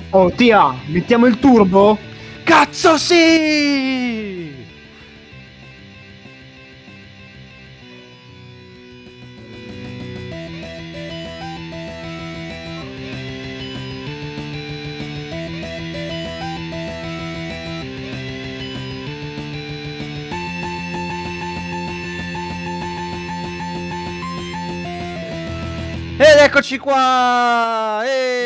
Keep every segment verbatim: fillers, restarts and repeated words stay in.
Oh, Tia, mettiamo il turbo? Cazzo sì! Ed eccoci qua!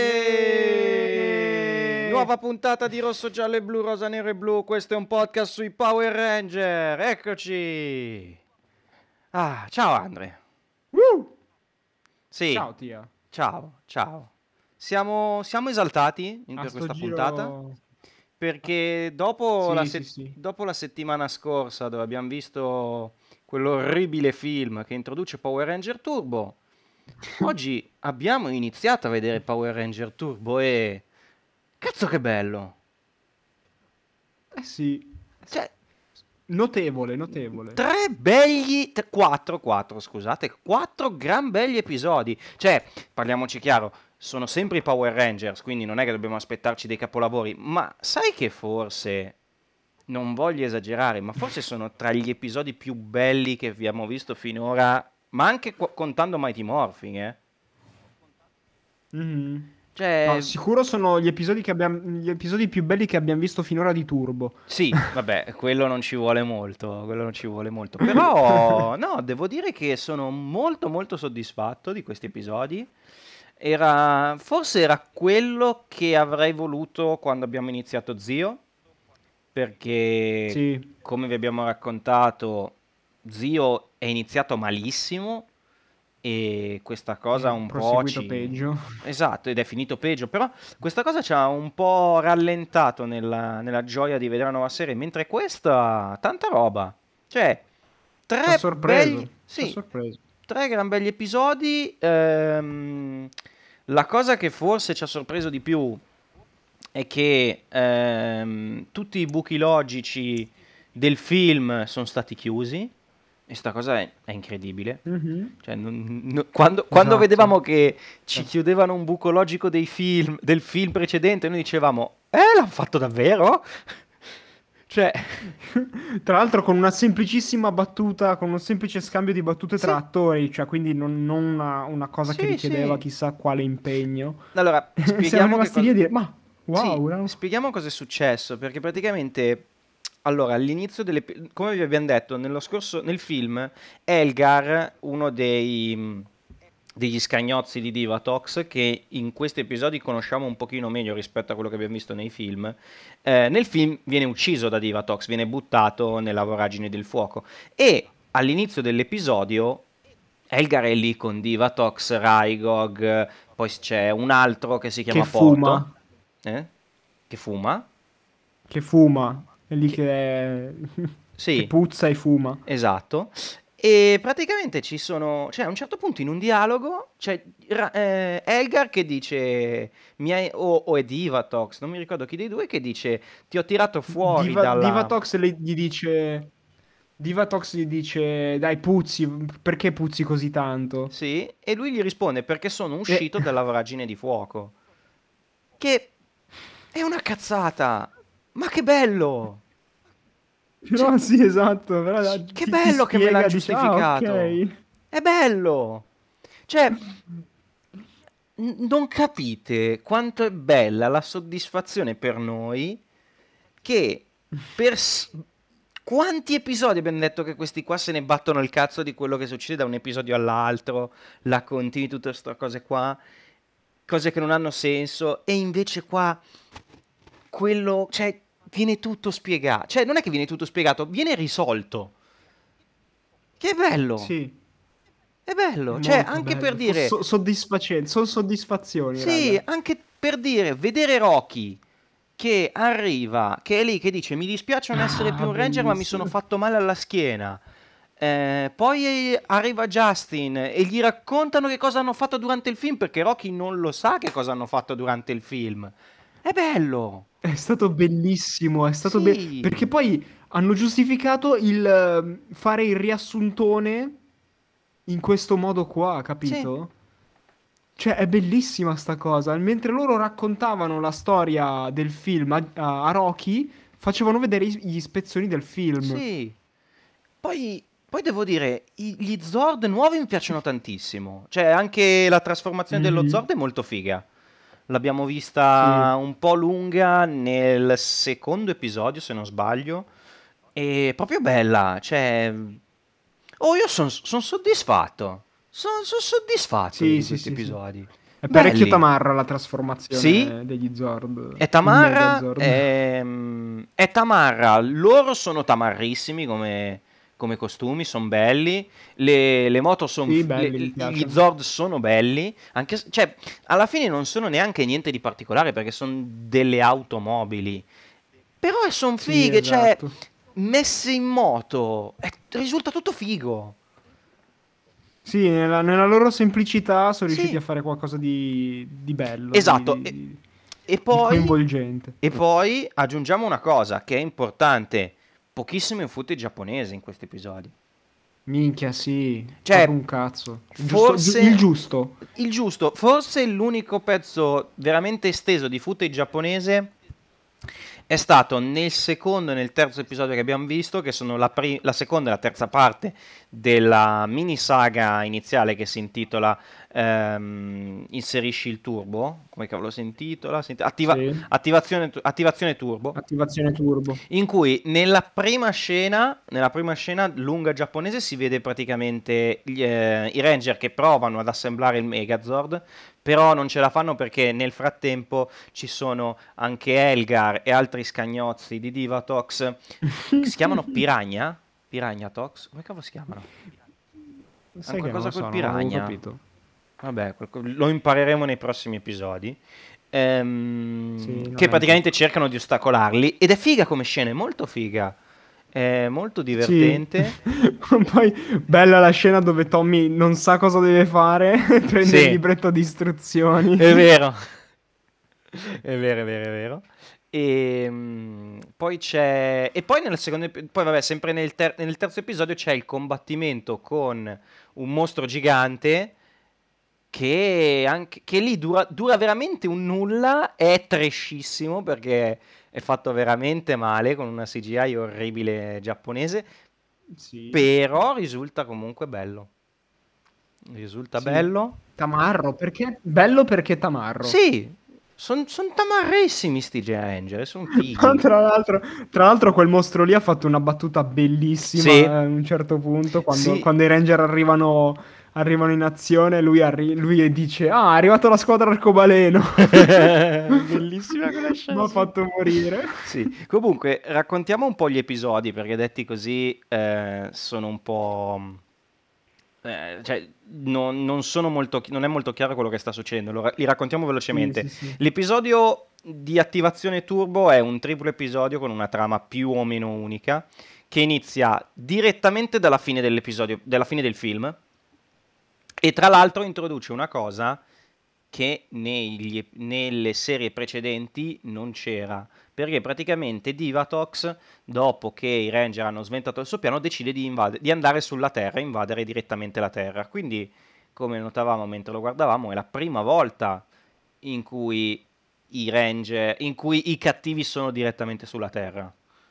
Eeeh! Nuova puntata di Rosso, Giallo e Blu, Rosa, Nero e Blu. Questo è un podcast sui Power Ranger. Eccoci! Ah, ciao Andre. Uh! Sì, Ciao, Tia. ciao, ciao. Siamo, siamo esaltati in- A per sto questa puntata giro... perché dopo la, Sì, sì, set- sì. dopo la settimana scorsa dove abbiamo visto quell'orribile film che introduce Power Ranger Turbo, oggi abbiamo iniziato a vedere Power Ranger Turbo e... Cazzo che bello! Eh sì. Cioè, Notevole, notevole. tre begli... t- quattro, quattro, scusate, quattro gran belli episodi. Cioè, parliamoci chiaro, sono sempre i Power Rangers, quindi non è che dobbiamo aspettarci dei capolavori, ma sai che forse... Non voglio esagerare, ma forse sono tra gli episodi più belli che abbiamo visto finora, ma anche qu- contando Mighty Morphin, eh? Mhm. No, Cioè, sicuro sono gli episodi che abbiamo... gli episodi più belli che abbiamo visto finora di Turbo. sì, vabbè, quello non ci vuole molto, quello non ci vuole molto. Però, no, devo dire che sono molto molto soddisfatto di questi episodi. Era, forse era quello che avrei voluto quando abbiamo iniziato Zio, perché Sì, come vi abbiamo raccontato, Zio è iniziato malissimo e questa cosa è un po' proseguito ci... peggio. Esatto, ed è finito peggio, però questa cosa ci ha un po' rallentato nella, nella gioia di vedere la nuova serie, mentre questa, tanta roba. Cioè, Ci ha tre belli... sorpreso, ci ha Sì, sorpreso. tre gran belli episodi. Ehm, la cosa che forse ci ha sorpreso di più è che ehm, tutti i buchi logici del film sono stati chiusi. E sta cosa è, è incredibile. Mhm. Cioè, non- no- quando, quando Esatto. vedevamo che ci Cioè, chiudevano un buco logico dei film, del film precedente, noi dicevamo, eh, l'hanno fatto davvero? Cioè, Tra l'altro con una semplicissima battuta, con un semplice scambio di battute sì, tra attori, cioè quindi non, non una, una cosa che sì, richiedeva sì. chissà quale impegno. Allora, Siamo spieghiamo che rimasti lì cosa... a dire, ma Sì, wow, no? spieghiamo cosa è successo, perché praticamente, allora, all'inizio delle... come vi abbiamo detto, nello scorso, nel film, Elgar, uno dei, mh, degli scagnozzi di Divatox, che in questi episodi conosciamo un pochino meglio rispetto a quello che abbiamo visto nei film, eh, nel film viene ucciso da Divatox, viene buttato nella voragine del fuoco. E all'inizio dell'episodio Elgar è lì con Divatox, Raigog, poi c'è un altro che si Che chiama Porto, fuma, eh, che fuma, che fuma, è lì che... che, che Sì, puzza e fuma. esatto. E praticamente ci sono, cioè a un certo punto in un dialogo c'è Ra- eh, Elgar che dice, mi hai- o, o è Divatox, non mi ricordo chi dei due, che dice, ti ho tirato fuori Diva, dalla... Divatox le- gli dice, Divatox gli dice, dai puzzi, perché puzzi così tanto? Sì, e lui gli risponde perché sono E... uscito dalla voragine di fuoco. Che è una cazzata! Ma che bello! Cioè, Però sì, esatto, però che ti, ti bello che me l'ha spiega, dice, ah, giustificato! ok. È bello! Cioè, n- non capite quanto è bella la soddisfazione per noi che per... s- Quanti episodi abbiamo detto che questi qua se ne battono il cazzo di quello che succede da un episodio all'altro, la continui, tutte queste cose qua, cose che non hanno senso, e invece qua quello, cioè, viene tutto spiegato. Cioè, non è che viene tutto spiegato, viene risolto. Che è bello, Sì, è è bello. Cioè, molto anche per bello, fo- dire, so- soddisfacente, sono soddisfazioni, sì, raga. anche per dire, vedere Rocky che arriva, che è lì, che dice, mi dispiace non essere più Ah, un Ranger, ma mi sono bellissimo. fatto male alla schiena. Eh, poi arriva Justin e gli raccontano che cosa hanno fatto durante il film, perché Rocky non lo sa che cosa hanno fatto durante il film. È bello. È stato bellissimo, è stato be- perché Sì. poi hanno giustificato il ehm, fare il riassuntone in questo modo qua, Sì, capito? Cioè, è bellissima sta cosa. Mentre loro raccontavano la storia del film a, a- a Rocky, facevano vedere i- gli spezzoni del film. Sì. Poi, poi devo dire, i- gli Zord nuovi mi piacciono tantissimo. Cioè, anche la trasformazione dello Mhm. Zord è molto figa. L'abbiamo Sì, vista un po' lunga nel secondo episodio, se non sbaglio. E proprio bella. Cioè, oh, io sono soddisfatto. Sono soddisfatto sì, di sì, questi sì, sì. episodi. È parecchio Belli. tamarra la Sì, trasformazione degli Zord è in tamarra, Megazord. ehm, è tamarra, loro sono tamarrissimi come, come costumi, sono belli, le, le moto sono, Sì, belli, mi gli piacciono. Zord sono belli, anche, s- cioè, alla fine non sono neanche niente di particolare perché sono delle automobili, però sono Sì, fighe, cioè, esatto. messe in moto, eh, risulta tutto figo. Sì, nella, nella loro semplicità sono riusciti a Sì, fare qualcosa di, di bello, di, esatto, e, di- e di poi, coinvolgente. e poi aggiungiamo una cosa che è importante, pochissimo footage giapponese in questi episodi. Minchia, sì, proprio Cioè, un cazzo. Giusto, giu- il forse giusto. il giusto, forse l'unico pezzo veramente esteso di footage giapponese è stato nel secondo e nel terzo episodio che abbiamo visto, che sono la, pri- la seconda e la terza parte della mini saga iniziale che si intitola ehm, Inserisci il turbo. Come cavolo si intitola? Si int- attiva- Sì. attivazione, attivazione turbo, Attivazione turbo. in cui nella prima scena, nella prima scena lunga giapponese si vede praticamente gli, eh, i Ranger che provano ad assemblare il Megazord, però non ce la fanno perché nel frattempo ci sono anche Elgar e altri scagnozzi di Divatox che si chiamano Piranha? Piranha Tox? Come cavolo si chiamano? Hanno Sai che non lo qualcosa col so, non l'avevo Piranha? capito. Vabbè, qualco- lo impareremo nei prossimi episodi. Ehm, Sì, non che è il praticamente gioco. cercano di ostacolarli. Ed è figa come scena, è molto figa. È molto Sì. divertente. Poi bella la scena dove Tommy non sa cosa deve fare, prende il Sì, libretto di istruzioni. è vero. È vero, è vero, è vero. E mm, poi c'è. E poi nel secondo. ep- Poi, vabbè, sempre nel, ter- nel terzo episodio c'è il combattimento con un mostro gigante. Che, anche, che lì dura, dura veramente un nulla, è trashissimo perché è fatto veramente male con una C G I orribile giapponese, Sì. però risulta comunque bello. Risulta Sì. bello. Tamarro, perché? Bello perché tamarro. Sì, sono tamarrissimi sti G-Ranger, sono Ma fighi. Tra l'altro, tra l'altro quel mostro lì ha fatto una battuta bellissima Sì, eh, a un certo punto, quando, sì. quando i Ranger arrivano, arrivano in azione, lui, arri- lui dice, ah, è arrivata la squadra arcobaleno. Bellissima quella Mi scena, ha sì. fatto morire. Sì, comunque raccontiamo un po' gli episodi perché detti così eh, sono un po'. Eh, cioè, non, non sono molto, chi- non è molto chiaro quello che sta succedendo. Lo ra- li raccontiamo Sì, velocemente. sì, sì. L'episodio di attivazione turbo è un triplo episodio con una trama più o meno unica che inizia direttamente dalla fine dell'episodio, dalla fine del film e tra l'altro introduce una cosa che negli- nelle serie precedenti non c'era, perché praticamente Divatox, dopo che i Ranger hanno sventato il suo piano, decide di, invade- di andare sulla Terra e invadere direttamente la Terra. Quindi, come notavamo mentre lo guardavamo, è la prima volta in cui i Ranger, in cui i cattivi sono direttamente sulla Terra.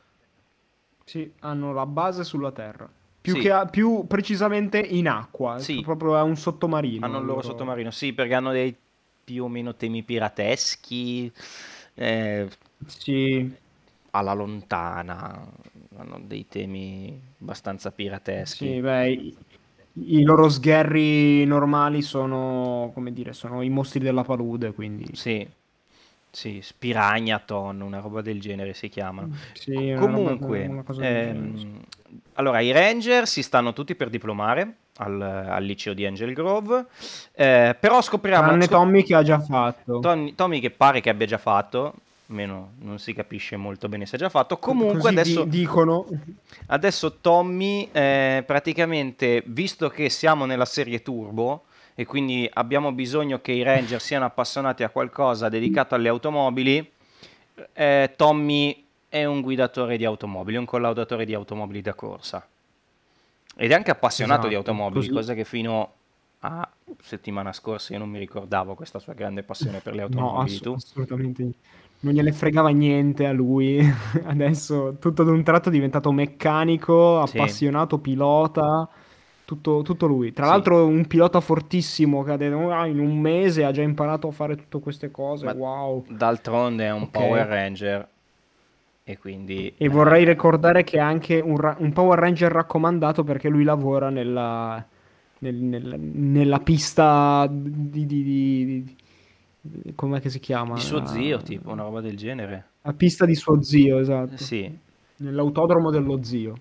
Sì, hanno la base sulla terra. Più che Sì, a- più precisamente in acqua, sì, proprio è un sottomarino hanno il il loro loro. sottomarino, sì, perché hanno dei più o meno temi pirateschi, eh, Sì, alla lontana, hanno dei temi abbastanza pirateschi. sì, beh, i, i loro sgherri normali sono, come dire, sono i mostri della palude, quindi Sì, sì, Spiragnaton, una roba del genere si chiamano. sì, Co- è una roba, comunque, una cosa del genere. Sì. ehm, allora, i Ranger si stanno tutti per diplomare al, al liceo di Angel Grove, eh, però scopriamo, Tranne scop- Tommy che ha già fatto. Tommy, Tommy che pare che abbia già fatto, almeno non si capisce molto bene se ha già fatto, Co- comunque così di- adesso. dicono. Adesso Tommy, eh, praticamente, visto che siamo nella serie Turbo e quindi abbiamo bisogno che i Ranger siano appassionati a qualcosa dedicato alle automobili, eh, Tommy è un guidatore di automobili, un collaudatore di automobili da corsa. Ed è anche appassionato di Esatto, automobili, così. cosa che fino a settimana scorsa io non mi ricordavo questa sua grande passione per le No, automobili, ass tu? assolutamente ni non gliene fregava niente a lui. Adesso tutto ad un tratto è diventato meccanico, Sì, appassionato, pilota, tutto tutto lui. Tra sì, l'altro un pilota fortissimo che ha detto: "Ah, in un mese ha già imparato a fare tutte queste cose, ma wow". d'altronde è un Power Okay. Ranger e quindi E vorrei eh, ricordare che è anche un ra un Power Ranger raccomandato perché lui lavora nella nel nel nella pista di di di di com'è che si di chiama? suo zio, La tipo una roba del genere. la pista di suo zio, Eh, esatto. Sì. Nell'autodromo dello zio.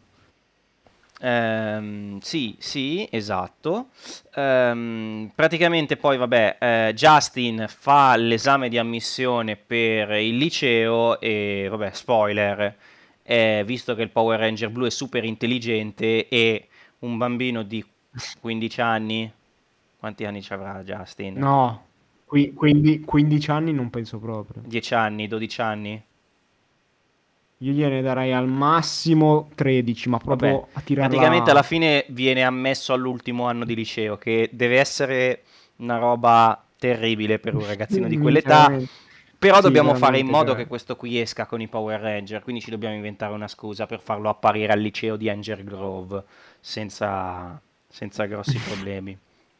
Ehm, sì, sì, esatto. Ehm, praticamente poi, vabbè, eh, Justin fa l'esame di ammissione per il liceo e, vabbè, spoiler, eh, visto che il Power Ranger blu è super intelligente e un bambino di quindici anni, quanti anni ci avrà Justin? No, qui quindi quindici anni non penso proprio. dieci anni, dodici anni? Io gliene darei al massimo tredici, ma Vabbè, proprio a praticamente alla tirarla fine viene ammesso all'ultimo anno di liceo, che deve essere una roba terribile per un ragazzino di quell'età, minceramente. però Sì, dobbiamo fare in veramente, modo cioè. che questo qui esca con i Power Ranger, quindi ci dobbiamo inventare una scusa per farlo apparire al liceo di Angel Grove senza, senza grossi problemi.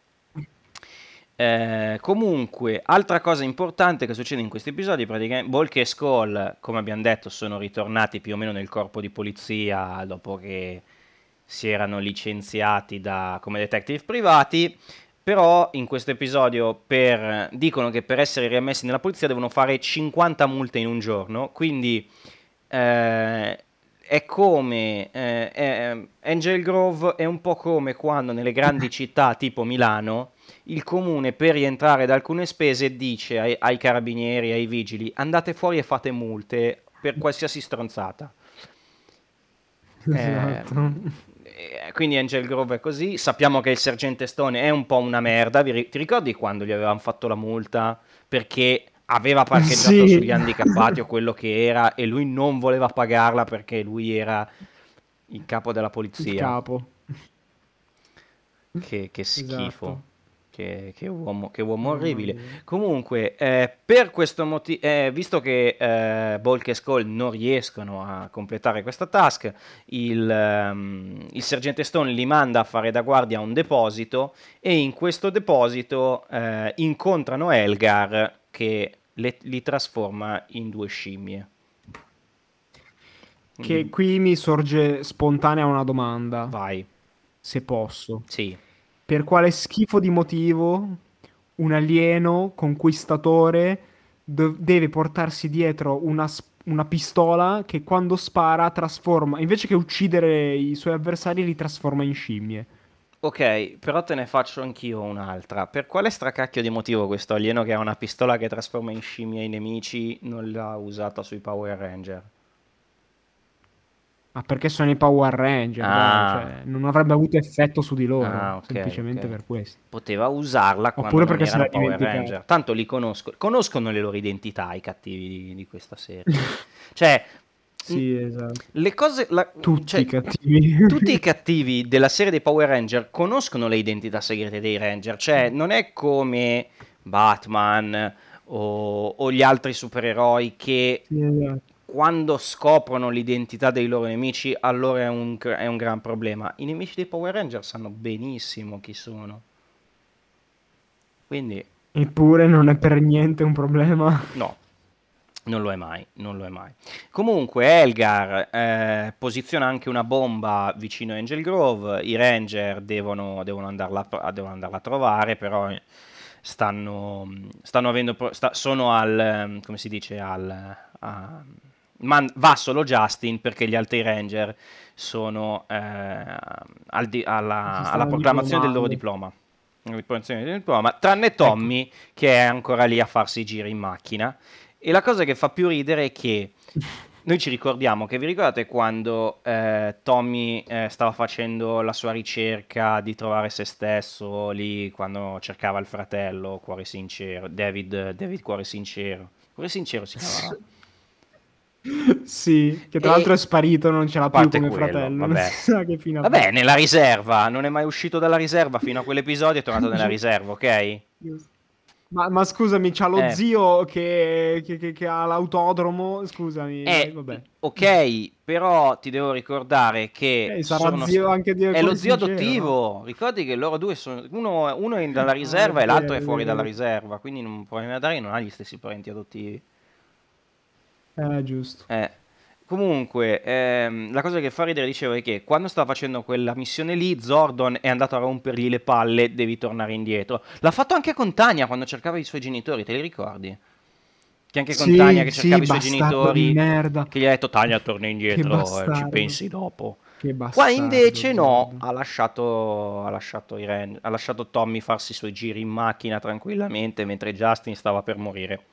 Eh, comunque, altra cosa importante che succede in questi episodi, praticamente Bulk e Skull, come abbiamo detto, sono ritornati più o meno nel corpo di polizia dopo che si erano licenziati da, come detective privati, però in questo episodio per- dicono che per essere riammessi nella polizia devono fare cinquanta multe in un giorno, quindi eh, è come eh, è- Angel Grove è un po' come quando nelle grandi città tipo Milano il comune per rientrare da alcune spese dice ai, ai carabinieri, ai vigili, andate fuori e fate multe per qualsiasi stronzata. Esatto. Ehm, eh, quindi Angel Grove è così. Sappiamo che il sergente Stone è un po' una merda. Vi ri- ti ricordi quando gli avevano fatto la multa perché aveva parcheggiato Sì, sugli handicappati o quello che era e lui non voleva pagarla perché lui era il capo della il polizia? capo. Che, che schifo. Esatto. Che, che uomo, che uomo Mamma orribile. mia. Comunque, eh, per questo motivo, visto che eh, Bulk e Skull non riescono a completare questa task, il, ehm, il sergente Stone li manda a fare da guardia a un deposito e in questo deposito eh, incontrano Elgar che le- li trasforma in due scimmie. Che Quindi qui mi sorge spontanea una domanda, vai, se posso. sì. Per quale schifo di motivo un alieno conquistatore do- deve portarsi dietro una, s- una pistola che quando spara trasforma, invece che uccidere i suoi avversari, li trasforma in scimmie? Ok, però te ne faccio anch'io un'altra. Per quale stracacchio di motivo questo alieno che ha una pistola che trasforma in scimmie i nemici non l'ha usata sui Power Ranger? Ma perché sono i Power Ranger, dai, Ah, cioè, non avrebbe avuto effetto su di ah, loro, ok, semplicemente ok. per questo. Poteva usarla quando Oppure non perché se erano l'ha Power dimenticato. Ranger. Tanto li conosco, conoscono le loro identità i cattivi di, di questa serie. Cioè, mh, Sì, esatto. le cose, la- Tutti cioè, cattivi. tutti i cattivi della serie dei Power Ranger conoscono le identità segrete dei Ranger. Cioè, non è come Batman o, o gli altri supereroi che Sì, esatto. quando scoprono l'identità dei loro nemici, allora è un, è un gran problema. I nemici dei Power Ranger sanno benissimo chi sono. Quindi, Eppure non è per niente un problema. no, non lo è mai, non lo è mai. Comunque, Elgar eh, posiziona anche una bomba vicino a Angel Grove. I Ranger devono, devono, andarla, a- devono andarla a trovare, però eh, stanno, stanno avendo, pro- sta- sono al, ehm, come si dice, al, a- man- va solo Justin perché gli altri Ranger sono eh, al di- Si alla, alla stanno proclamazione del loro diplomando. diploma. La proclamazione del diploma, tranne Ecco. Tommy che è ancora lì a farsi i giri in macchina. E la cosa che fa più ridere è che noi ci ricordiamo che vi ricordate quando eh, Tommy eh, stava facendo la sua ricerca di trovare se stesso lì, quando cercava il fratello, Cuore Sincero, David, David Cuore Sincero. Cuore Sincero si S- chiamava? Sì, che tra l'altro E è sparito, non ce a l'ha più parte come quello, fratello, non si vabbè. sa che fine ha Vabbè, fatto. nella riserva, non è mai uscito dalla riserva fino a quell'episodio, è tornato nella Giu- riserva, ok? giusto. Ma, ma scusami, c'ha lo Eh, zio che, che- che- che ha l'autodromo, scusami, dai, eh, vabbè. ok, però ti devo ricordare che Ok, sarà sono... zio st- anche di è lo Cuore zio Sincero, no? adottivo, ricordi che loro due sono... Uno, uno è dalla Ah, è riserva e l'altro vero, è è fuori dalla vero. riserva, quindi non, probabilmente non ha gli stessi parenti adottivi. Eh, giusto. Eh, comunque, ehm, la cosa che fa ridere, dicevo, è che quando stava facendo quella missione lì, Zordon è andato a rompergli le palle, devi tornare indietro. L'ha fatto anche con Tania quando cercava i suoi genitori, te li ricordi? Che anche con Tania Sì, che sì, cercava i suoi bastardo di genitori, merda. che gli ha detto Tania torna Che indietro, eh, ci bastardo. pensi dopo. Che Qua bastardo, invece no, Zordon. ha lasciato, ha lasciato, i Ren- ha lasciato Tommy farsi i suoi giri in macchina tranquillamente mentre Justin stava per morire.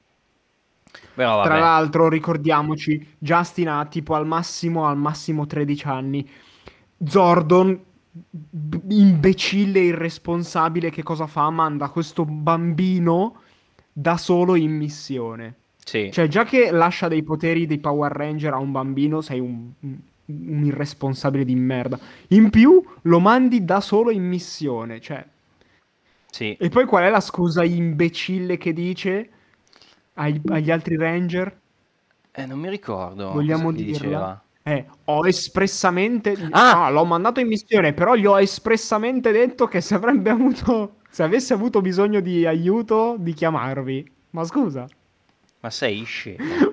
Però Tra vabbè, l'altro, ricordiamoci, Justin ha tipo al massimo, al massimo tredici anni. Zordon, b- imbecille irresponsabile, che cosa fa? Manda questo bambino da solo in missione. sì. Cioè, già che lascia dei poteri dei Power Ranger a un bambino, sei un, un- un irresponsabile di merda. In più, lo mandi da solo in missione. Cioè, Sì, e poi qual è la scusa imbecille che dice ai- agli altri Ranger? eh, non mi ricordo cosa Vogliamo gli dirla? diceva. Eh, ho espressamente... Ah, Ah, l'ho mandato in missione, però gli ho espressamente detto che se avrebbe avuto... Se avesse avuto bisogno di aiuto, di chiamarvi. Ma scusa, ma sei scemo?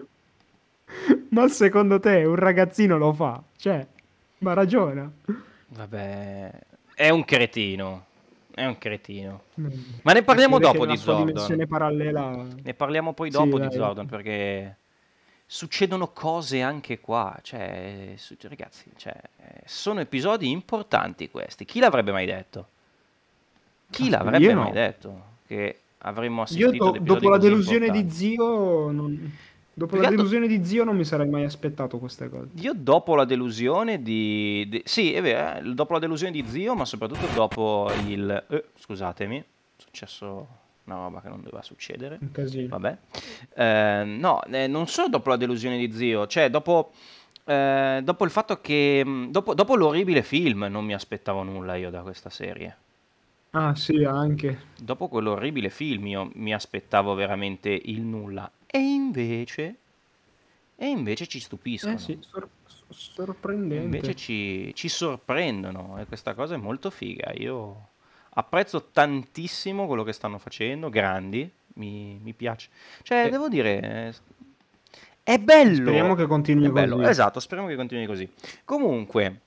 ma secondo te un ragazzino lo fa? Cioè, ma ragiona. Vabbè, è un cretino. È un cretino. Mm. Ma ne Si parliamo vede che dopo nella di sua Zordon. dimensione parallela... Ne parliamo poi Sì, dopo di dai. Zordon perché succedono cose anche qua. Cioè, su- ragazzi, cioè, eh, sono episodi importanti questi. Chi l'avrebbe mai detto? Chi Caspita, io l'avrebbe mai no. detto che avremmo Io assistito ad do- episodi dopo la così delusione di importanti? zio... non- Dopo Più la che altro, delusione di zio non mi sarei mai aspettato queste cose. io dopo la delusione di... di- sì, è vero, eh, dopo la delusione di zio, ma soprattutto dopo il... eh, scusatemi, è successo una roba che non doveva succedere. Un casino. Vabbè. Eh, no, eh, non solo dopo la delusione di zio, cioè dopo, eh, dopo il fatto che... mh, Dopo, dopo l'orribile film non mi aspettavo nulla io da questa serie. Ah, sì, anche. Dopo quell'orribile film io mi aspettavo veramente il nulla. E invece... E invece ci Eh stupiscono. sì, sor- E invece sorprendente. ci, ci sorprendono e questa cosa è molto figa. Io apprezzo tantissimo quello che stanno facendo, grandi, mi, mi piace. Cioè, E devo dire, eh, è speriamo bello, che è continui bello, così. esatto, speriamo che continui così. Comunque,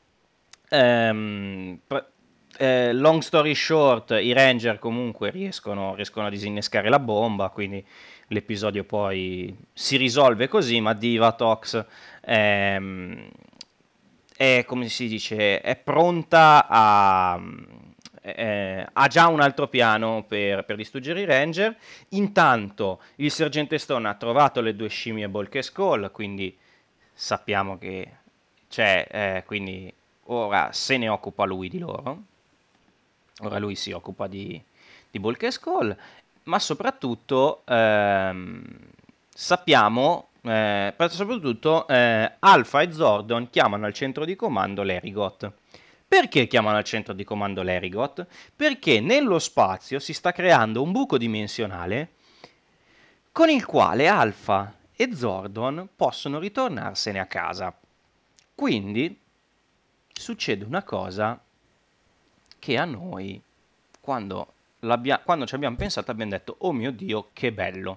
ehm, pre- eh, long story short, i Ranger comunque riescono, riescono a disinnescare la bomba, quindi l'episodio poi si risolve così, ma Divatox ehm, è, come si dice, è pronta a... eh, ha già un altro piano per, per distruggere i Ranger. Intanto il sergente Stone ha trovato le due scimmie Bulk e Skull, quindi sappiamo che c'è, eh, quindi ora se ne occupa lui di loro. Ora lui si occupa di, di Bulk e Skull, ma soprattutto ehm, sappiamo, eh, per- soprattutto eh, Alpha e Zordon chiamano al centro di comando l'Erigot. Perché chiamano al centro di comando l'Erigot? Perché nello spazio si sta creando un buco dimensionale con il quale Alpha e Zordon possono ritornarsene a casa. Quindi succede una cosa che a noi, quando, l'abbia- quando ci abbiamo pensato, abbiamo detto, oh mio Dio, che bello.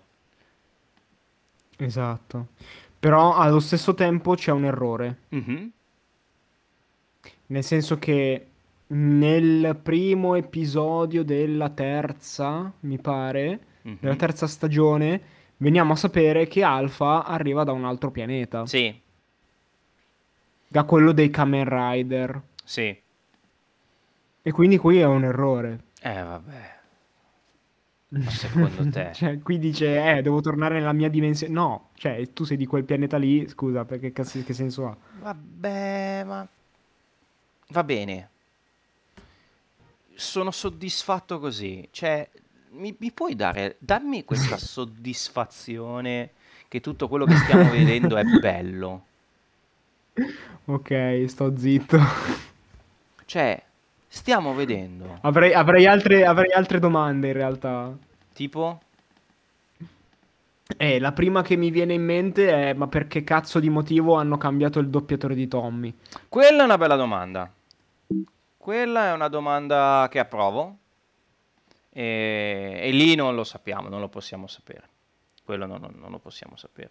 Esatto. Però allo stesso tempo c'è un errore. Mhm, Nel senso che nel primo episodio della terza, mi pare, della mhm. terza stagione, veniamo a sapere che Alpha arriva da un altro pianeta. Sì, Da quello dei Kamen Rider. sì. E quindi qui è un errore. Eh vabbè, ma secondo te? Cioè, qui dice, eh, devo tornare nella mia dimensione. No, cioè, tu sei di quel pianeta lì, scusa, perché cazzo- che senso ha? Vabbè, ma va bene. Sono soddisfatto così. Cioè, mi, mi puoi dare, dammi questa soddisfazione che che tutto quello che stiamo vedendo è bello. Ok, sto zitto. Cioè, stiamo vedendo, Avrei, avrei altre, avrei altre domande in realtà. tipo, Eh, la prima che mi viene in mente è: ma per che cazzo di motivo hanno cambiato il doppiatore di Tommy? quella è una bella domanda. Quella è una domanda che approvo e, e lì non lo sappiamo, non lo possiamo sapere. Quello non, non- non lo possiamo sapere.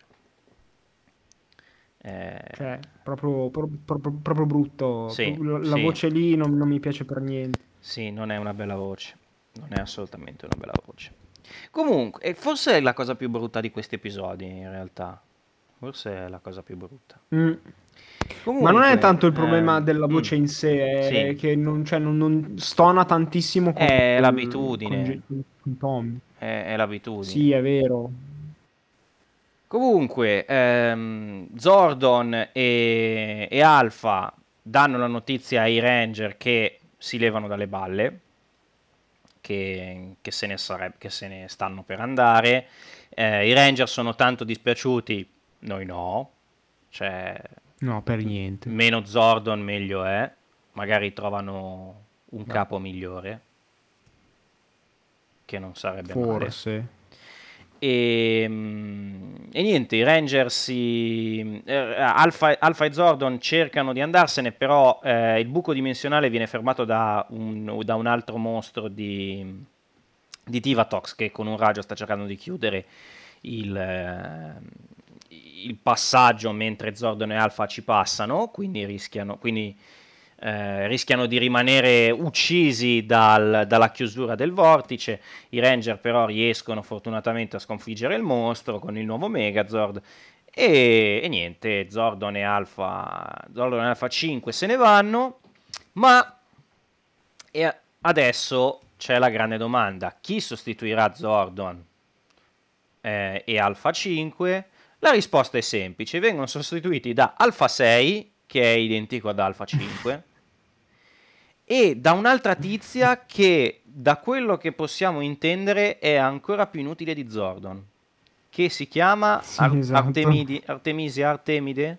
Eh, Cioè, proprio, pro- proprio- proprio brutto. sì, Pro- La sì, voce lì non, non mi piace per niente. sì, non è una bella voce. Non è assolutamente una bella voce. Comunque, e forse è la cosa più brutta di questi episodi, in realtà. Forse è la cosa più brutta. Mm. Ma non è Comunque, tanto il problema ehm, della mm, voce in sé, è sì, che non, cioè, non- non stona tantissimo con, è col- con, l'abitudine, Ge- con Tommy. è, è Sì, l'abitudine. è vero. Comunque, ehm, Zordon e, e Alpha danno la notizia ai Ranger che si levano dalle balle, che, che se ne sareb- che se ne stanno per andare. Eh, I Ranger sono tanto dispiaciuti, noi no, cioè No, per niente. meno Zordon meglio è, magari trovano un Vabbè, capo migliore, che non sarebbe male. forse. E, mm, e niente, i Ranger si... eh, Alpha, Alpha e Zordon cercano di andarsene, però eh, il buco dimensionale viene fermato da un, da un altro mostro di, di Tivatox che con un raggio sta cercando di chiudere il, eh, il passaggio mentre Zordon e Alpha ci passano, quindi rischiano, quindi, eh, rischiano di rimanere uccisi dal- dalla chiusura del vortice. I Ranger però riescono fortunatamente a sconfiggere il mostro con il nuovo Megazord e, e niente, Zordon e Alpha, Zordon e Alpha cinque se ne vanno, ma e adesso c'è la grande domanda, chi sostituirà Zordon eh, e Alpha cinque? La risposta è semplice, vengono sostituiti da Alpha sei, che è identico ad Alpha cinque, e da un'altra tizia che, da quello che possiamo intendere, è ancora più inutile di Zordon, che si chiama Sì, Ar- esatto. Artemidi- Artemisia Artemide?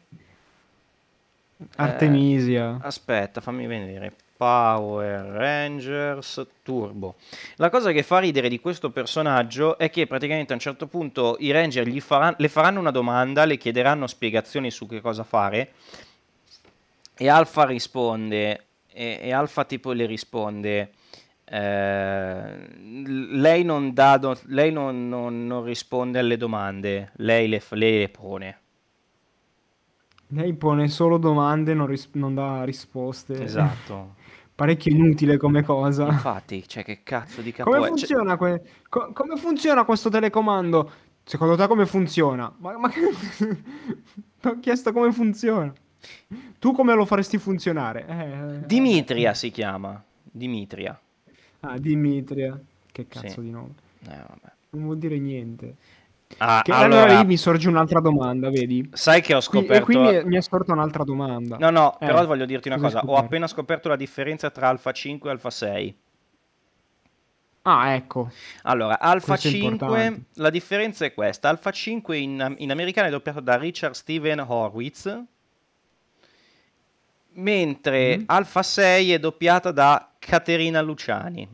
Eh, Artemisia. aspetta, fammi vedere. Power Rangers Turbo. La cosa che fa ridere di questo personaggio è che praticamente a un certo punto i Ranger gli faran- le faranno una domanda, le chiederanno spiegazioni su che cosa fare e Alpha risponde e, e Alpha tipo le risponde eh, lei non dà do- lei non, non- non risponde alle domande, lei le, f- lei le pone. Lei pone solo domande, non, ris- non dà risposte. Esatto. Parecchio inutile come cosa. Infatti, cioè che cazzo di Come capo è? Cioè, funziona, que- co- come funziona questo telecomando? Secondo te come funziona? Ma, ma che... Ti ho chiesto come funziona. Tu come lo faresti funzionare? Eh, vabbè. Dimitria si chiama. Dimitria. Ah, Dimitria. Che Sì. cazzo di nome? Eh, vabbè. Non vuol dire niente. Ah, Che allora lì allora, mi sorge un'altra domanda, vedi? sai che ho Qui, e qui mi scoperto... è, mi è sorta un'altra domanda. No, no, però Eh, voglio dirti una cosa hai cosa. Ho scoperto? appena scoperto la differenza tra Alfa cinque e Alfa sei. Ah, ecco, Allora, Alfa questo è importante. cinque, la differenza è questa. Alfa cinque in, in americano è doppiato da Richard Steven Horwitz, mentre Mhm. Alfa sei è doppiata da Caterina Luciani.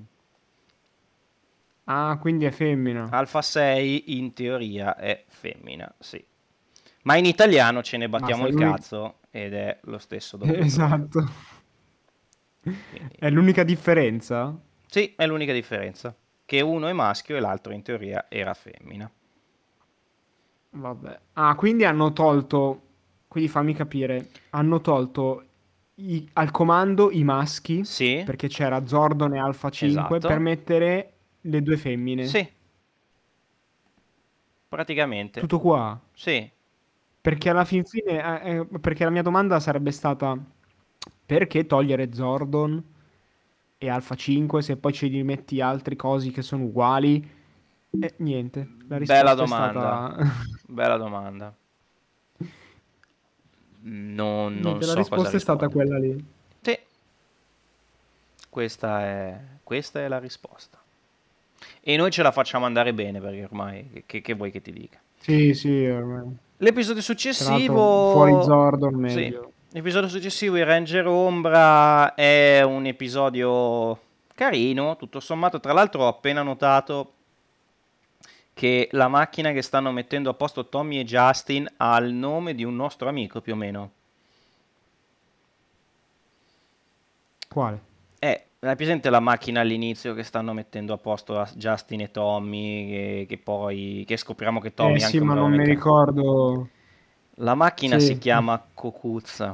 Ah, quindi è femmina. Alfa sei in teoria è femmina, sì. Ma in italiano ce ne battiamo Basta, è il l'unica... cazzo ed è lo stesso doppiatore. Esatto. Quindi, È l'unica differenza? sì, è l'unica differenza. Che uno è maschio e l'altro in teoria era femmina. Vabbè. Ah, quindi hanno tolto... Quindi fammi capire. Hanno tolto i- al comando i maschi, Sì, perché c'era Zordon e Alpha cinque, per esatto. mettere le due femmine. Sì, praticamente. Tutto qua. Sì. Perché alla fin fine... eh, eh, perché la mia domanda sarebbe stata: perché togliere Zordon e Alpha cinque se poi ci rimetti altri cosi che sono uguali? E niente, la Bella risposta è domanda. stata... Bella domanda. Non, non Niente, la so cosa risposta è stata risponderti. quella lì. Sì, questa è, questa è la risposta. E noi ce la facciamo andare bene perché ormai che, che vuoi che ti dica? Sì, sì, ormai. L'episodio Tra l'altro fuori successivo, Zordon sì, meglio. l'episodio successivo, il Ranger Ombra, è un episodio carino, tutto sommato. Tra l'altro ho appena notato che la macchina che stanno mettendo a posto Tommy e Justin ha il nome di un nostro amico più o meno. Quale? Eh, hai presente la macchina all'inizio che stanno mettendo a posto a Justin e Tommy, che, che poi che scopriamo che Eh Tommy è sì, anche un ma bravo non mi meccanico. ricordo. La macchina si Sì. chiama Cucuzza.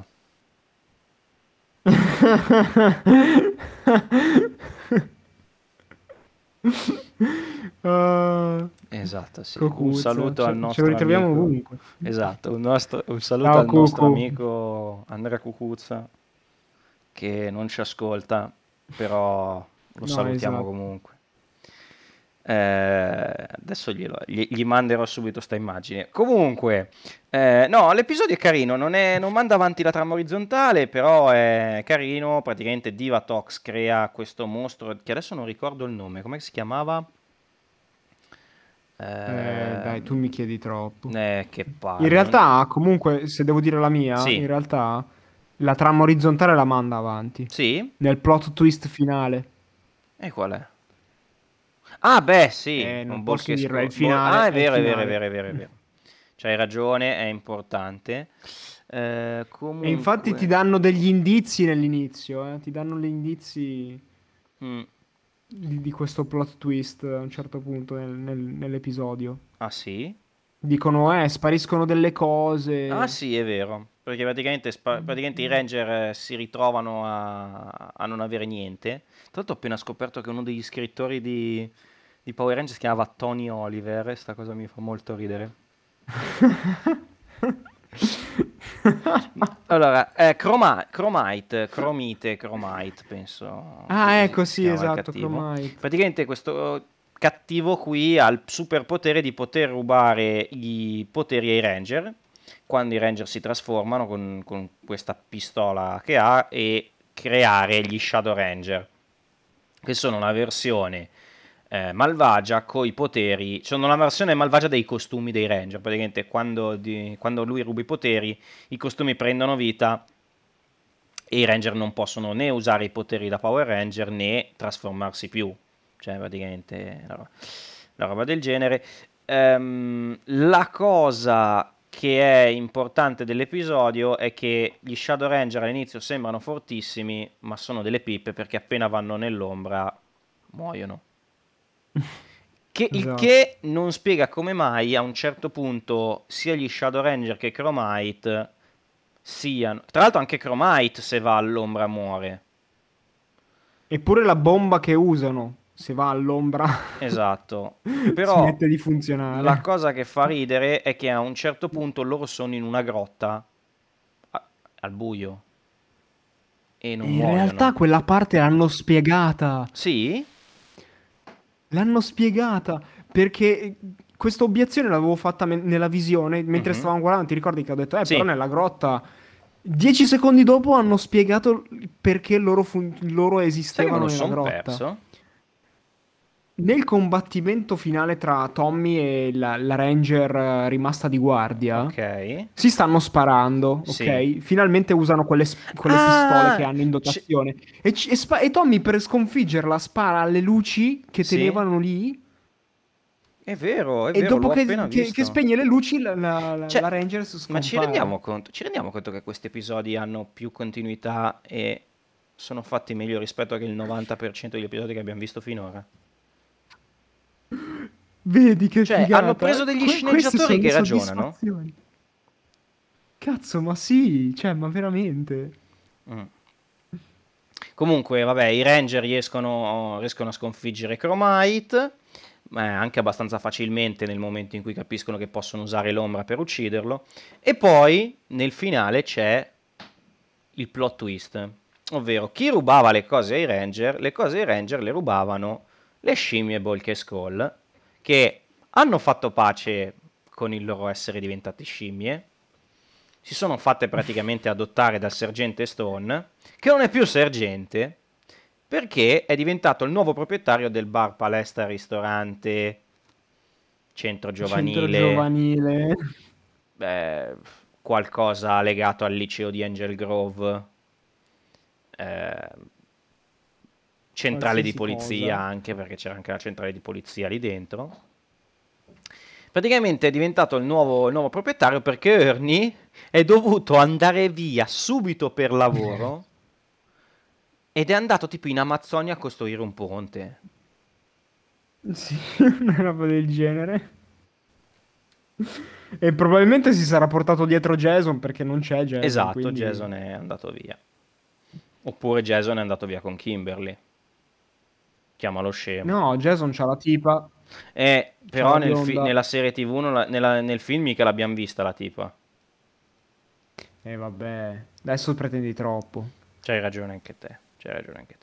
Ah, Esatto, sì. Un Cocuzza, saluto al ce, ce lo nostro ritroviamo amico. ovunque. Esatto, un, nostro- un saluto Ciao al nostro Cucu. amico Andrea Cucuzza che non ci ascolta, però lo No, salutiamo esatto. comunque. Eh, adesso glielo- gli, gli manderò subito sta immagine. Comunque, eh, no, l'episodio è carino, non, è- non manda avanti la trama orizzontale, però è carino. Praticamente Divatox crea questo mostro che adesso non ricordo il nome, come si chiamava? Eh, dai, tu Ehm, mi chiedi troppo. eh, che In palle. non- realtà, comunque, se devo dire la mia, Sì, in realtà la trama orizzontale la manda avanti. sì? Nel plot twist finale. E qual è? Ah, beh, sì, Eh, con non posso dirlo, è Bolchesco. il Bol- ah, finale, è è il vero, è vero, è finale. vero, è vero, è vero. C'hai ragione, è importante. Eh, E infatti ti comunque, danno degli indizi nell'inizio, eh? Ti danno gli indizi mm, di, di questo plot twist a un certo punto nel- nel- nell'episodio. ah sì? Dicono, eh, spariscono delle Ah cose. sì, è vero. Perché praticamente, spa- praticamente i Ranger eh, si ritrovano a, a non avere niente. Tra l'altro ho appena scoperto che uno degli scrittori di, di Power Rangers si chiamava Tony Oliver, e sta cosa mi fa molto ridere. Allora, eh, Chroma- Chromite, Chromite, Chromite, penso che Ah, così ecco, si sì, chiama il esatto, cattivo. Chromite. Praticamente questo cattivo qui ha il superpotere di poter rubare i poteri ai Ranger, quando i Ranger si trasformano con, con questa pistola che ha e creare gli Shadow Ranger, che sono una versione eh, malvagia coi poteri, sono una versione malvagia dei costumi dei Ranger. Praticamente quando, di- quando lui ruba i poteri, i costumi prendono vita e i Ranger non possono né usare i poteri da Power Ranger né trasformarsi più. Cioè, praticamente la roba, la roba del genere. Ehm, la cosa che è importante dell'episodio è che gli Shadow Ranger all'inizio sembrano fortissimi, ma sono delle pippe perché appena vanno nell'ombra muoiono. Che- il Esatto. che non spiega come mai a un certo punto sia gli Shadow Ranger che Chromite siano. Tra l'altro, anche Chromite, se va all'ombra, muore. Eppure la bomba che usano, se va all'ombra, Esatto. Però smette di la funzionare. cosa che fa ridere è che a un certo punto loro sono in una grotta a- al buio e non In realtà muoiono. quella parte l'hanno spiegata. Sì? L'hanno spiegata perché questa obiezione l'avevo fatta me- nella visione mentre Mhm. stavamo guardando. Ti ricordi che ho detto, eh, però Sì. nella grotta. Dieci secondi dopo hanno spiegato perché loro, fun- loro Sai che me esistevano lo nella son grotta. perso? Nel combattimento finale tra Tommy e la, la Ranger eh, rimasta di guardia, Ok. si stanno sparando, Sì. ok? Finalmente usano quelle, s- quelle pistole che Ah! hanno in c- dotazione. E, ci- e spa- e Tommy per sconfiggerla spara alle luci che sì? tenevano lì. È vero, è E vero, dopo l'ho che, appena che- che visto. spegne le luci, la, la, la- Cioè, la Ranger ma ci scompare. rendiamo conto, ci rendiamo conto che questi episodi hanno più continuità e sono fatti meglio rispetto a che il novanta per cento degli episodi che abbiamo visto finora? Vedi che Cioè, hanno figata? preso degli Que- queste sceneggiatori sono che le ragionano. soddisfazioni. Cazzo, ma sì, cioè, ma veramente. Mm. Comunque, vabbè, i Ranger riescono, riescono a sconfiggere Chromite, ma anche abbastanza facilmente nel momento in cui capiscono che possono usare l'ombra per ucciderlo. E poi, nel finale, c'è il plot twist, ovvero chi rubava le cose ai Ranger, le cose ai Ranger le rubavano le scimmie Bulk e Skull, che hanno fatto pace con il loro essere diventati scimmie, si sono fatte praticamente adottare dal sergente Stone, che non è più sergente, perché è diventato il nuovo proprietario del bar palestra ristorante centro Centro giovanile, giovanile. eh, qualcosa legato al liceo di Angel Grove, eh, centrale di Qualsiasi polizia cosa. anche, perché c'era anche la centrale di polizia lì dentro. Praticamente è diventato il nuovo, il nuovo proprietario perché Ernie è dovuto andare via subito per lavoro ed è andato tipo in Amazzonia a costruire un ponte. Sì, una roba del genere. E probabilmente si sarà portato dietro Jason perché non c'è Jason, Esatto, quindi... Jason è andato via. Oppure Jason è andato via con Kimberly. Chiamalo scemo. No, Jason c'ha la tipa, Eh, c'ha però la nel fi- bionda. nella serie T V, non la- nella- nel film mica l'abbiamo vista la tipa. E vabbè, adesso pretendi troppo. C'hai ragione anche te. C'hai ragione anche te.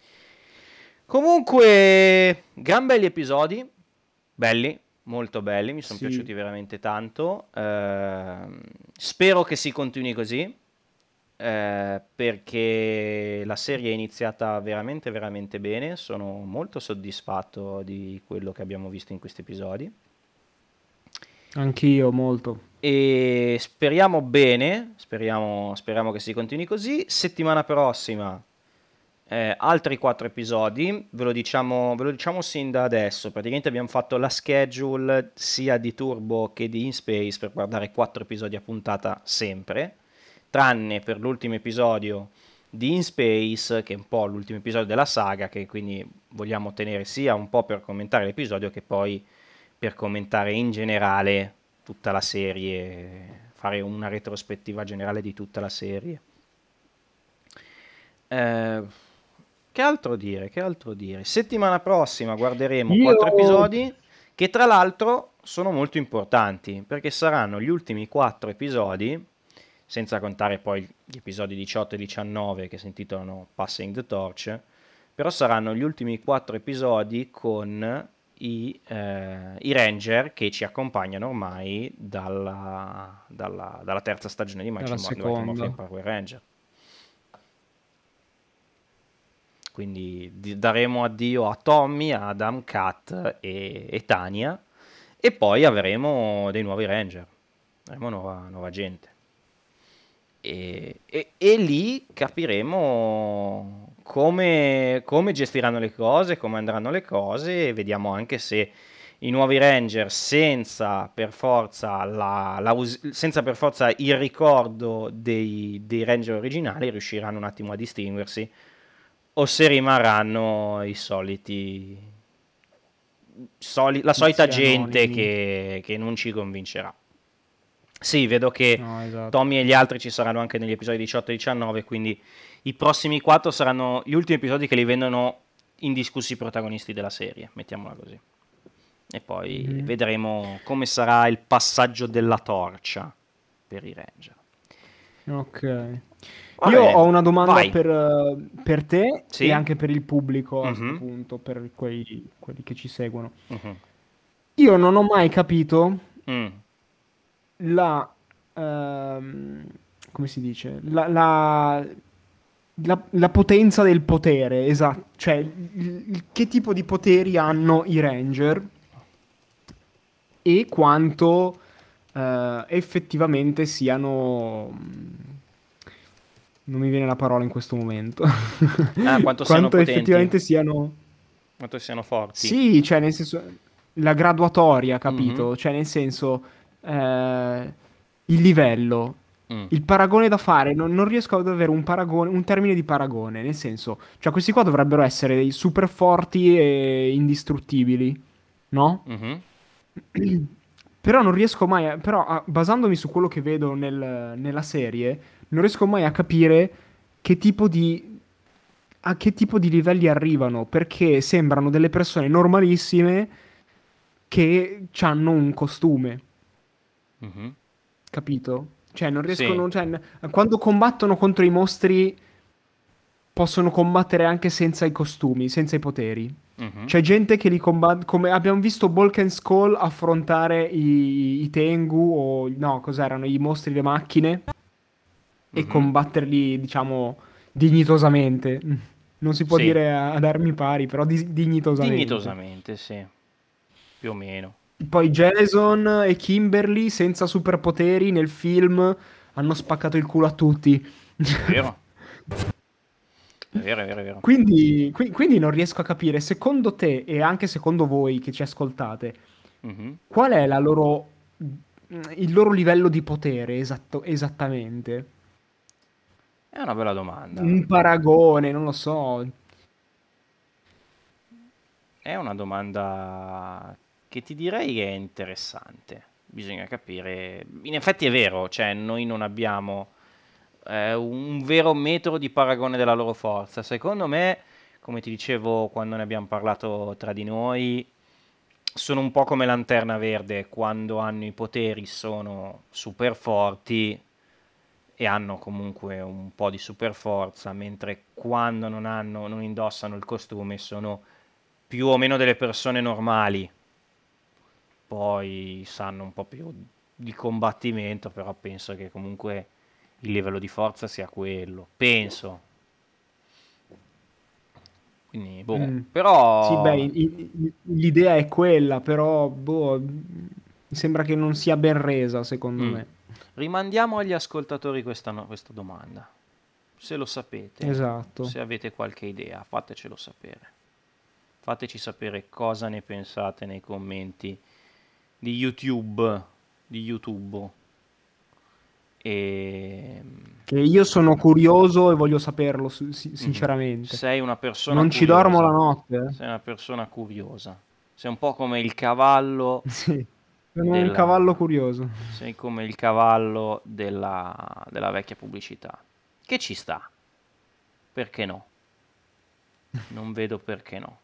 Comunque, gran belli episodi. Belli, molto belli, mi sono Sì, piaciuti veramente tanto. Ehm, spero che si continui così. eh, perché la serie è iniziata veramente, veramente bene. Sono molto soddisfatto di quello che abbiamo visto in questi episodi. anch'io molto. E speriamo bene, speriamo, speriamo che si continui così. Settimana prossima, eh, altri quattro episodi, ve lo diciamo, ve lo diciamo sin da adesso. Praticamente abbiamo fatto la schedule sia di Turbo che di In Space per guardare quattro episodi a puntata sempre, tranne per l'ultimo episodio di In Space, che è un po' l'ultimo episodio della saga, che quindi vogliamo tenere sia un po' per commentare l'episodio che poi per commentare in generale tutta la serie, fare una retrospettiva generale di tutta la serie. Eh, che altro dire? Che altro dire? Settimana prossima guarderemo Io... quattro episodi che tra l'altro sono molto importanti perché saranno gli ultimi quattro episodi, senza contare poi gli episodi diciotto e diciannove che si intitolano Passing the Torch, però saranno gli ultimi quattro episodi con i, eh, i Ranger che ci accompagnano ormai dalla, dalla- dalla terza stagione di Alla Mighty Mo- Mighty Morphin seconda. Power Ranger. Quindi di- daremo addio a Tommy, Adam, Kat e, e Tania e poi avremo dei nuovi Ranger, avremo nuova, nuova gente. E, e- e lì capiremo come, come gestiranno le cose, come andranno le cose e vediamo anche se i nuovi Ranger senza per forza, la- la us- senza per forza il ricordo dei, dei Ranger originali riusciranno un attimo a distinguersi o se rimarranno i soliti, soli- la solita Tizi gente anonimi. che, che non ci convincerà. Sì, vedo che No, esatto. Tommy e gli altri ci saranno anche negli episodi diciotto e diciannove, quindi i prossimi quattro saranno gli ultimi episodi che li vendono indiscussi protagonisti della serie, mettiamola così. E poi Mhm. vedremo come sarà il passaggio della torcia per i Ranger. Ok. Va Io bene, ho una domanda vai. per, eh, per te e Sì? anche per il pubblico a sto Mhm, punto, per quei- quelli che ci seguono. mhm. Io non ho mai capito Mm, la... ehm, come si dice? La, la- la- la potenza del potere, esatto. Cioè, il- il- che tipo di poteri hanno i Ranger e quanto eh, effettivamente siano... Non mi viene la parola in questo momento. Ah, quanto siano Quanto potenti, effettivamente siano... quanto siano forti. Sì, cioè nel senso... La graduatoria, Mhm, capito? Cioè nel senso... eh, il livello. mm, Il paragone da fare, non, non riesco ad avere un paragone, un termine di paragone, nel senso, cioè questi qua dovrebbero essere dei super forti e indistruttibili, no? mhm. Però non riesco mai a, però a- basandomi su quello che vedo nel- nella serie, non riesco mai a capire che tipo di, a che tipo di livelli arrivano, perché sembrano delle persone normalissime che hanno un costume, Mhm. capito? Cioè, non Sì. riescono, cioè, n- quando combattono contro i mostri possono combattere anche senza i costumi, senza i poteri. Mhm. C'è gente che li combatte, come abbiamo visto Bulk and Skull affrontare i, i Tengu o no, cos'erano, i mostri, le macchine e Mhm. combatterli, diciamo, dignitosamente. Non si può Sì. dire a- ad armi pari, però di- dignitosamente. Dignitosamente, sì. Più o meno. Poi Jason e Kimberly senza superpoteri nel film hanno spaccato il culo a tutti. È vero, è vero, è vero, è vero. Quindi, qui- quindi non riesco a capire, secondo te e anche secondo voi che ci ascoltate, Mhm. qual è la loro, il loro livello di potere esatto- esattamente? È una bella domanda. Un paragone, non lo so. È una domanda che ti direi che è interessante. Bisogna capire. In effetti è vero, cioè noi non abbiamo eh, un vero metro di paragone della loro forza. Secondo me, come ti dicevo quando ne abbiamo parlato tra di noi, sono un po' come Lanterna Verde, quando hanno i poteri sono super forti e hanno comunque un po' di super forza, mentre quando non hanno, non indossano il costume sono più o meno delle persone normali. Poi sanno un po' più di combattimento, però penso che comunque il livello di forza sia quello. Penso. Quindi, boh. Mm. Sì, beh, Però i- i- l'idea è quella, però boh, mi sembra che non sia ben resa, secondo mm, me. rimandiamo agli ascoltatori questa, no- questa domanda. Se lo sapete, Esatto. se avete qualche idea, fatecelo sapere. Fateci sapere cosa ne pensate nei commenti di YouTube, di YouTube. E Che io sono curioso e voglio saperlo, si- si- mhm. sinceramente. Sei una persona Non ci dormo la curiosa. notte, eh. Sei una persona curiosa. Sei un po' come il cavallo Sì, sono un cavallo della... curioso. Sei come il cavallo della, della vecchia pubblicità. Che ci sta. Perché no? Non vedo perché no.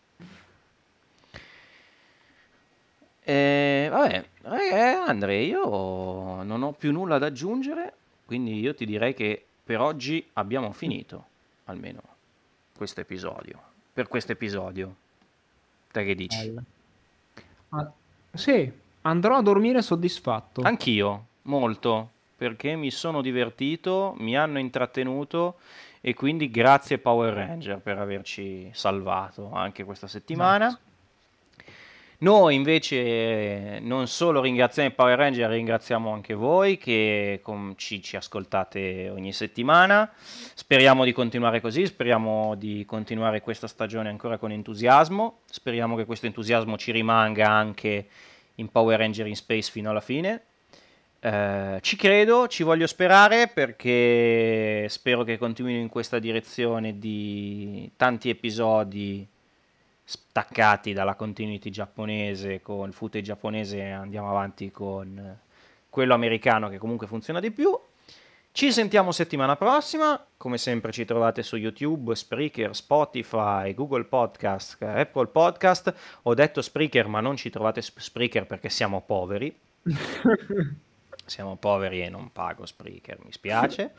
E, vabbè, eh, Andre, io non ho più nulla da aggiungere, quindi io ti direi che per oggi abbiamo finito, almeno questo episodio. Per questo episodio. Te che dici? Bella. Ah, sì, andrò a dormire soddisfatto. Anch'io, molto, perché mi sono divertito, mi hanno intrattenuto e quindi grazie Power Ranger per averci salvato anche questa settimana. Esatto. Noi invece non solo ringraziamo i Power Ranger, ringraziamo anche voi che com- ci, ci ascoltate ogni settimana. Speriamo di continuare così, speriamo di continuare questa stagione ancora con entusiasmo. Speriamo che questo entusiasmo ci rimanga anche in Power Ranger in Space fino alla fine. Eh, ci credo, ci voglio sperare perché spero che continuino in questa direzione di tanti episodi staccati dalla continuity giapponese con il footage giapponese e andiamo avanti con quello americano che comunque funziona di più. Ci sentiamo settimana prossima, come sempre ci trovate su YouTube, Spreaker, Spotify, Google Podcast, Apple Podcast. Ho detto Spreaker ma non ci trovate su Spreaker perché siamo poveri. Siamo poveri e non pago Spreaker, mi spiace.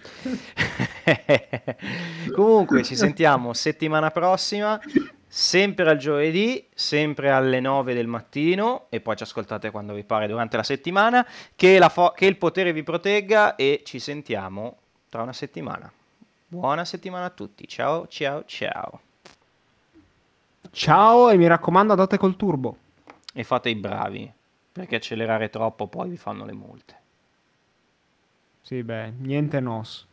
Comunque ci sentiamo settimana prossima, sempre al giovedì, sempre alle nove del mattino e poi ci ascoltate quando vi pare durante la settimana. Che, la fo- che il potere vi protegga e ci sentiamo tra una settimana. Buona settimana a tutti, ciao ciao ciao. Ciao e mi raccomando, andate col turbo. E fate i bravi, perché accelerare troppo poi vi fanno le multe. Sì, beh, niente nos.